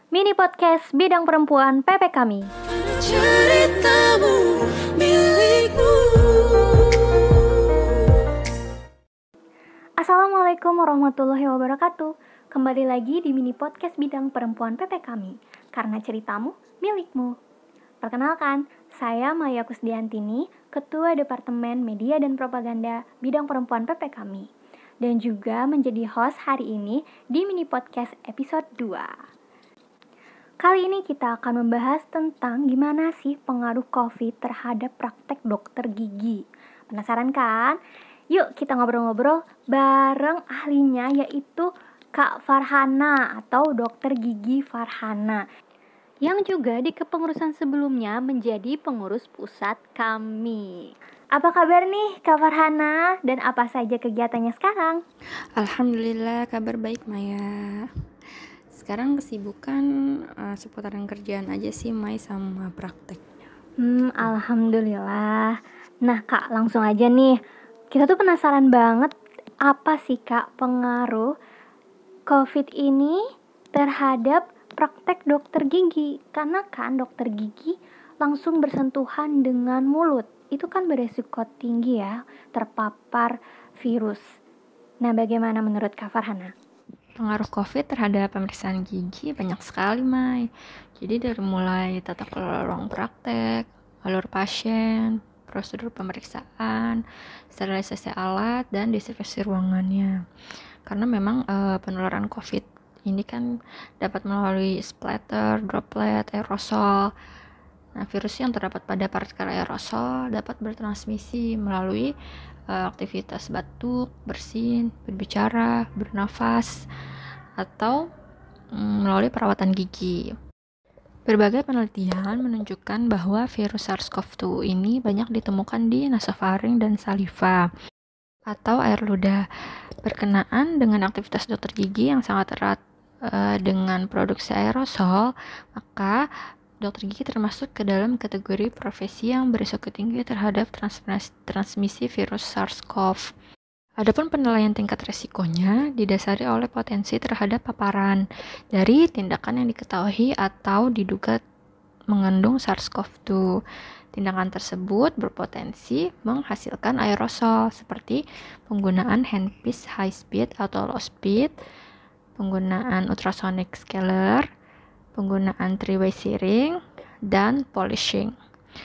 mini podcast bidang perempuan PP kami. Ceritamu milikmu. Assalamualaikum warahmatullahi wabarakatuh. Kembali lagi di mini podcast bidang perempuan PP kami, karena ceritamu milikmu. Perkenalkan, saya Maya Kusdiantini, Ketua Departemen Media dan Propaganda Bidang Perempuan PP kami, dan juga menjadi host hari ini di mini podcast episode 2. Kali ini kita akan membahas tentang gimana sih pengaruh COVID terhadap praktek dokter gigi. Penasaran kan? Yuk kita ngobrol-ngobrol bareng ahlinya, yaitu Kak Farhana atau Dokter Gigi Farhana, yang juga di kepengurusan sebelumnya menjadi pengurus pusat kami. Apa kabar nih Kak Farhana, dan apa saja kegiatannya sekarang? Alhamdulillah, kabar baik Maya. Sekarang kesibukan seputaran kerjaan aja sih, Mai, sama praktek. Alhamdulillah. Nah Kak, langsung aja nih. Kita tuh penasaran banget, apa sih Kak pengaruh COVID ini terhadap praktek dokter gigi? Karena kan dokter gigi langsung bersentuhan dengan mulut. Itu kan beresiko tinggi ya, terpapar virus. Nah, bagaimana menurut Kak Farhana? Pengaruh COVID terhadap pemeriksaan gigi banyak sekali, Mai. Jadi dari mulai tata kelola ruang praktek, alur pasien, prosedur pemeriksaan, sterilisasi alat, dan desinfeksi ruangannya. Karena memang penularan COVID ini kan dapat melalui splatter, droplet, aerosol. Nah, virus yang terdapat pada partikel aerosol dapat bertransmisi melalui aktivitas batuk, bersin, berbicara, bernafas, atau melalui perawatan gigi. Berbagai penelitian menunjukkan bahwa virus SARS-CoV-2 ini banyak ditemukan di nasofaring dan saliva atau air ludah. Berkenaan dengan aktivitas dokter gigi yang sangat erat dengan produksi aerosol, maka dokter gigi termasuk ke dalam kategori profesi yang berisiko tinggi terhadap transmisi virus SARS-CoV. Adapun penilaian tingkat resikonya didasari oleh potensi terhadap paparan dari tindakan yang diketahui atau diduga mengandung SARS-CoV-2. Tindakan tersebut berpotensi menghasilkan aerosol seperti penggunaan handpiece high speed atau low speed, penggunaan ultrasonic scaler, penggunaan three-way searing, dan polishing.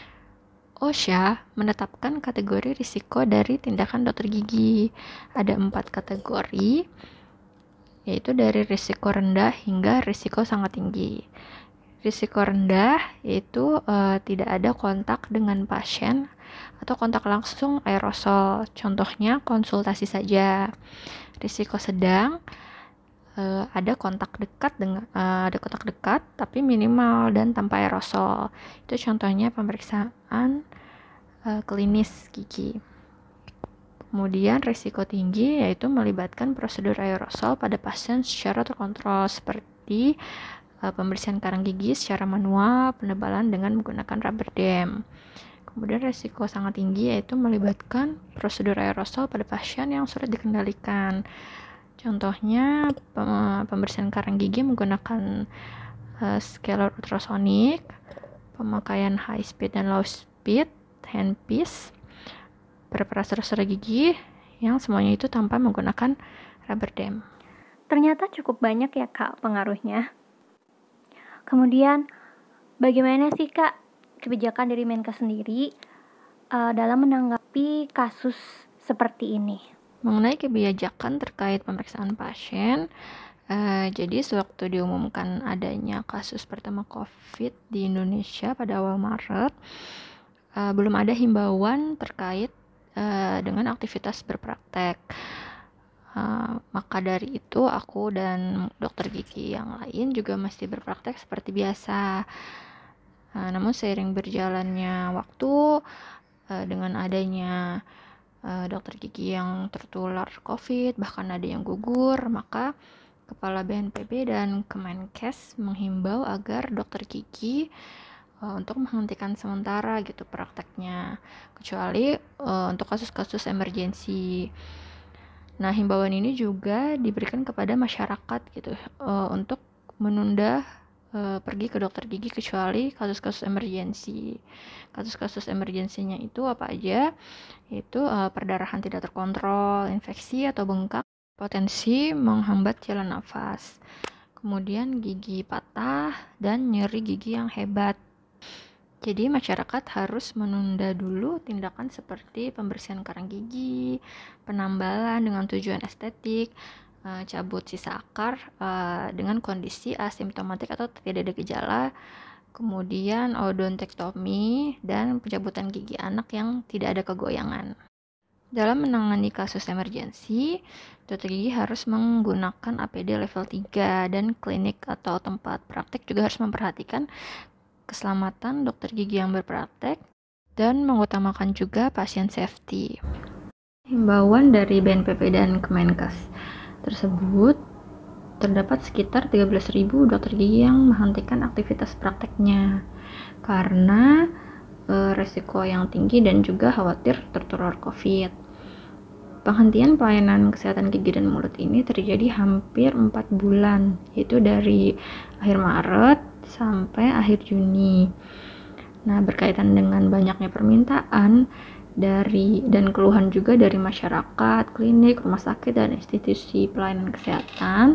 OSHA menetapkan kategori risiko dari tindakan dokter gigi. Ada 4 kategori, yaitu dari risiko rendah hingga risiko sangat tinggi. Risiko rendah yaitu tidak ada kontak dengan pasien atau kontak langsung aerosol, contohnya konsultasi saja. Risiko sedang ada kontak dekat tapi minimal dan tanpa aerosol. Itu contohnya pemeriksaan klinis gigi. Kemudian risiko tinggi yaitu melibatkan prosedur aerosol pada pasien secara terkontrol seperti pembersihan karang gigi secara manual, penebalan dengan menggunakan rubber dam. Kemudian risiko sangat tinggi yaitu melibatkan prosedur aerosol pada pasien yang sulit dikendalikan. Contohnya pembersihan karang gigi menggunakan scaler ultrasonik, pemakaian high speed dan low speed, handpiece, preparasi gigi yang semuanya itu tanpa menggunakan rubber dam. Ternyata cukup banyak ya Kak pengaruhnya. Kemudian bagaimana sih Kak kebijakan dari Menkes sendiri dalam menanggapi kasus seperti ini? Mengenai kebijakan terkait pemeriksaan pasien, jadi sewaktu diumumkan adanya kasus pertama COVID di Indonesia pada awal Maret, belum ada himbauan terkait dengan aktivitas berpraktek. Maka dari itu aku dan dokter gigi yang lain juga masih berpraktek seperti biasa. Namun seiring berjalannya waktu, dengan adanya dokter gigi yang tertular COVID, bahkan ada yang gugur, maka Kepala BNPB dan Kemenkes menghimbau agar dokter gigi untuk menghentikan sementara gitu prakteknya, kecuali untuk kasus-kasus emergensi. Nah, himbauan ini juga diberikan kepada masyarakat gitu untuk menunda pergi ke dokter gigi kecuali kasus-kasus emergensi. Kasus-kasus emergensinya itu apa aja? Itu perdarahan tidak terkontrol, infeksi atau bengkak, potensi menghambat jalan nafas, kemudian gigi patah, dan nyeri gigi yang hebat. Jadi masyarakat harus menunda dulu tindakan seperti pembersihan karang gigi, penambalan dengan tujuan estetik, cabut sisa akar dengan kondisi asimptomatik atau tidak ada gejala, kemudian odontektomi dan pencabutan gigi anak yang tidak ada kegoyangan. Dalam menangani kasus emergensi, dokter gigi harus menggunakan APD level 3 dan klinik atau tempat praktek juga harus memperhatikan keselamatan dokter gigi yang berpraktek dan mengutamakan juga pasien safety. Himbauan dari BNPB dan Kemenkes tersebut, terdapat sekitar 13.000 dokter gigi yang menghentikan aktivitas prakteknya karena resiko yang tinggi dan juga khawatir tertular COVID. Penghentian pelayanan kesehatan gigi dan mulut ini terjadi hampir 4 bulan, yaitu dari akhir Maret sampai akhir Juni. Nah, berkaitan dengan banyaknya permintaan dan keluhan juga dari masyarakat, klinik, rumah sakit, dan institusi pelayanan kesehatan,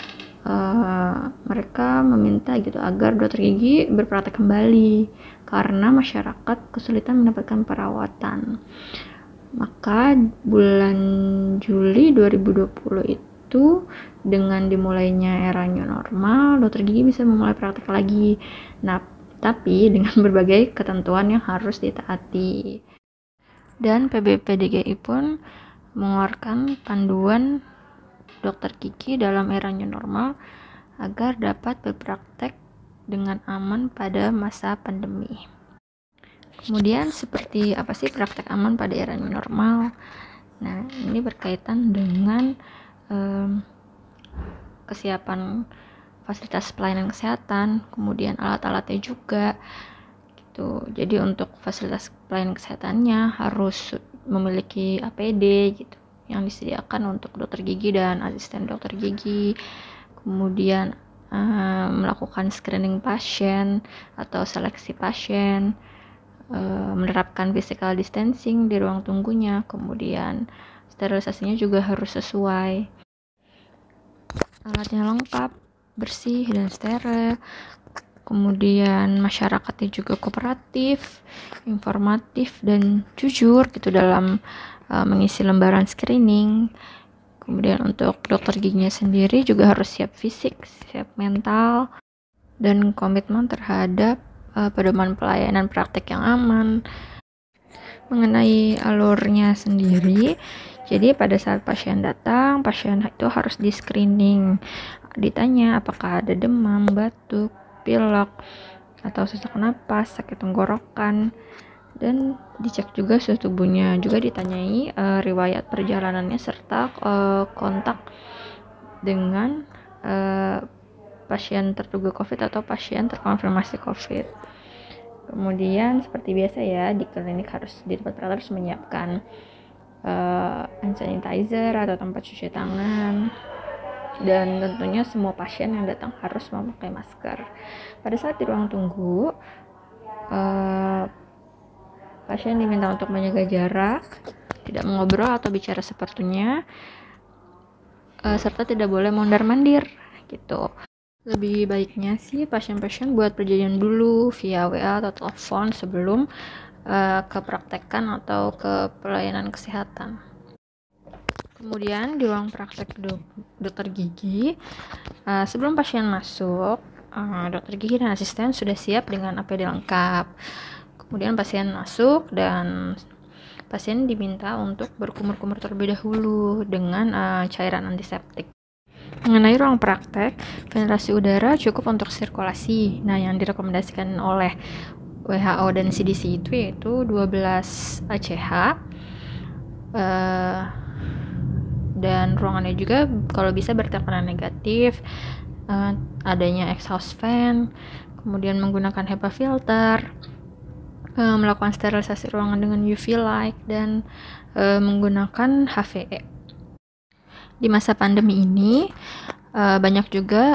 mereka meminta gitu agar dokter gigi berpraktek kembali karena masyarakat kesulitan mendapatkan perawatan. Maka bulan Juli 2020 itu dengan dimulainya era new normal, dokter gigi bisa memulai praktek lagi. Nah, tapi dengan berbagai ketentuan yang harus ditaati. Dan PBPDGI pun mengeluarkan panduan dokter gigi dalam era new normal agar dapat berpraktek dengan aman pada masa pandemi. Kemudian seperti apa sih praktek aman pada era new normal? Nah, ini berkaitan dengan kesiapan fasilitas pelayanan kesehatan, kemudian alat-alatnya juga gitu. Jadi untuk fasilitas pelayanan kesehatannya harus memiliki APD gitu yang disediakan untuk dokter gigi dan asisten dokter gigi. Kemudian melakukan screening pasien atau seleksi pasien, menerapkan physical distancing di ruang tunggunya, kemudian sterilisasinya juga harus sesuai, alatnya lengkap, bersih dan steril, kemudian masyarakatnya juga kooperatif, informatif dan jujur gitu dalam mengisi lembaran screening. Kemudian untuk dokter giginya sendiri juga harus siap fisik, siap mental, dan komitmen terhadap pedoman pelayanan praktek yang aman. Mengenai alurnya sendiri, jadi pada saat pasien datang, pasien itu harus di screening, ditanya apakah ada demam, batuk, pilek, atau sesak napas, sakit tenggorokan, dan dicek juga suhu tubuhnya. Juga ditanyai riwayat perjalanannya serta kontak dengan pasien terduga COVID atau pasien terkonfirmasi COVID. Kemudian seperti biasa ya, di klinik di tempat praktek harus menyiapkan hand sanitizer atau tempat cuci tangan, dan tentunya semua pasien yang datang harus memakai masker. Pada saat di ruang tunggu, pasien diminta untuk menjaga jarak, tidak mengobrol atau bicara sepertinya, serta tidak boleh mondar-mandir gitu. Lebih baiknya sih pasien-pasien buat perjanjian dulu via WA atau telepon sebelum ke praktekan atau ke pelayanan kesehatan. Kemudian di ruang praktek dokter gigi, sebelum pasien masuk, dokter gigi dan asisten sudah siap dengan APD lengkap. Kemudian pasien masuk dan pasien diminta untuk berkumur-kumur terlebih dahulu dengan cairan antiseptik. Mengenai ruang praktek, ventilasi udara cukup untuk sirkulasi. Nah, yang direkomendasikan oleh WHO dan CDC itu yaitu 12 ACH, dan ruangannya juga kalau bisa bertekanan negatif, adanya exhaust fan, kemudian menggunakan HEPA filter, melakukan sterilisasi ruangan dengan UV light, dan menggunakan HVE. Di masa pandemi ini banyak juga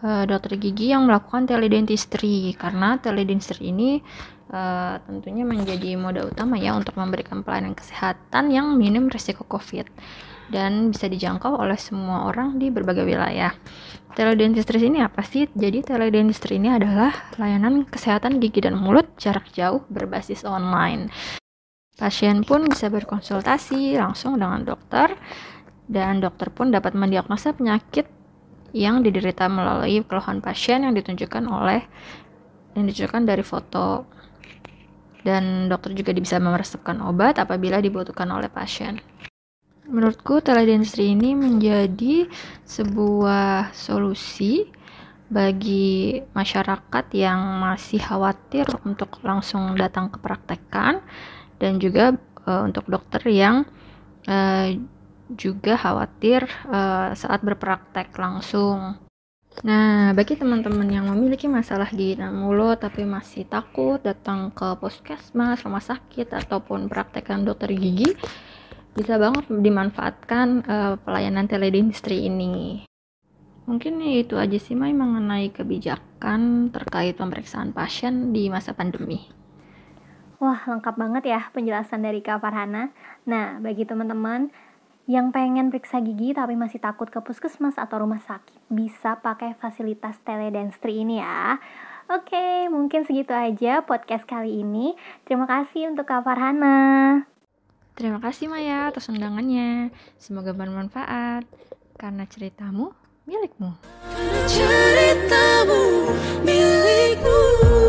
dokter gigi yang melakukan teledentistry, karena teledentistry ini tentunya menjadi moda utama ya untuk memberikan pelayanan kesehatan yang minim risiko COVID dan bisa dijangkau oleh semua orang di berbagai wilayah. Teledentistry ini apa sih? Jadi teledentistry ini adalah layanan kesehatan gigi dan mulut jarak jauh berbasis online. Pasien pun bisa berkonsultasi langsung dengan dokter, dan dokter pun dapat mendiagnosa penyakit yang diderita melalui keluhan pasien yang ditunjukkan dari foto. Dan dokter juga bisa meresepkan obat apabila dibutuhkan oleh pasien. Menurutku teledentistry ini menjadi sebuah solusi bagi masyarakat yang masih khawatir untuk langsung datang ke praktekan, dan juga untuk dokter yang juga khawatir saat berpraktek langsung. Nah, bagi teman-teman yang memiliki masalah gigi dan mulut tapi masih takut datang ke puskesmas, rumah sakit, ataupun praktekan dokter gigi, bisa banget dimanfaatkan pelayanan teledentistry ini. Mungkin itu aja sih Mai mengenai kebijakan terkait pemeriksaan pasien di masa pandemi. Wah, lengkap banget ya penjelasan dari Kak Farhana. Nah, bagi teman-teman yang pengen periksa gigi tapi masih takut ke puskesmas atau rumah sakit, bisa pakai fasilitas teledentistry ini ya. Oke, mungkin segitu aja podcast kali ini. Terima kasih untuk Kak Farhana. Terima kasih Maya atas undangannya. Semoga bermanfaat, karena ceritamu milikmu. ceritamu milikmu.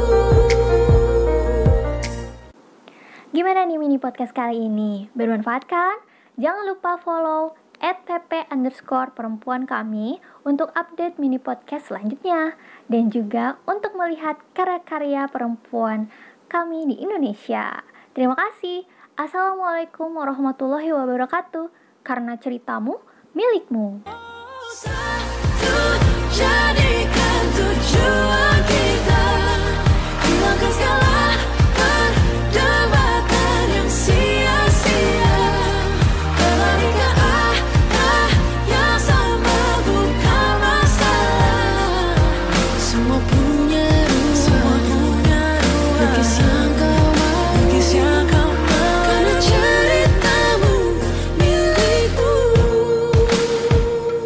Gimana nih mini podcast kali ini? Bermanfaat kan? Jangan lupa follow @pp_perempuan kami untuk update mini podcast selanjutnya. Dan juga untuk melihat karya-karya perempuan kami di Indonesia. Terima kasih. Assalamualaikum warahmatullahi wabarakatuh. Karena ceritamu milikmu. Satu jadi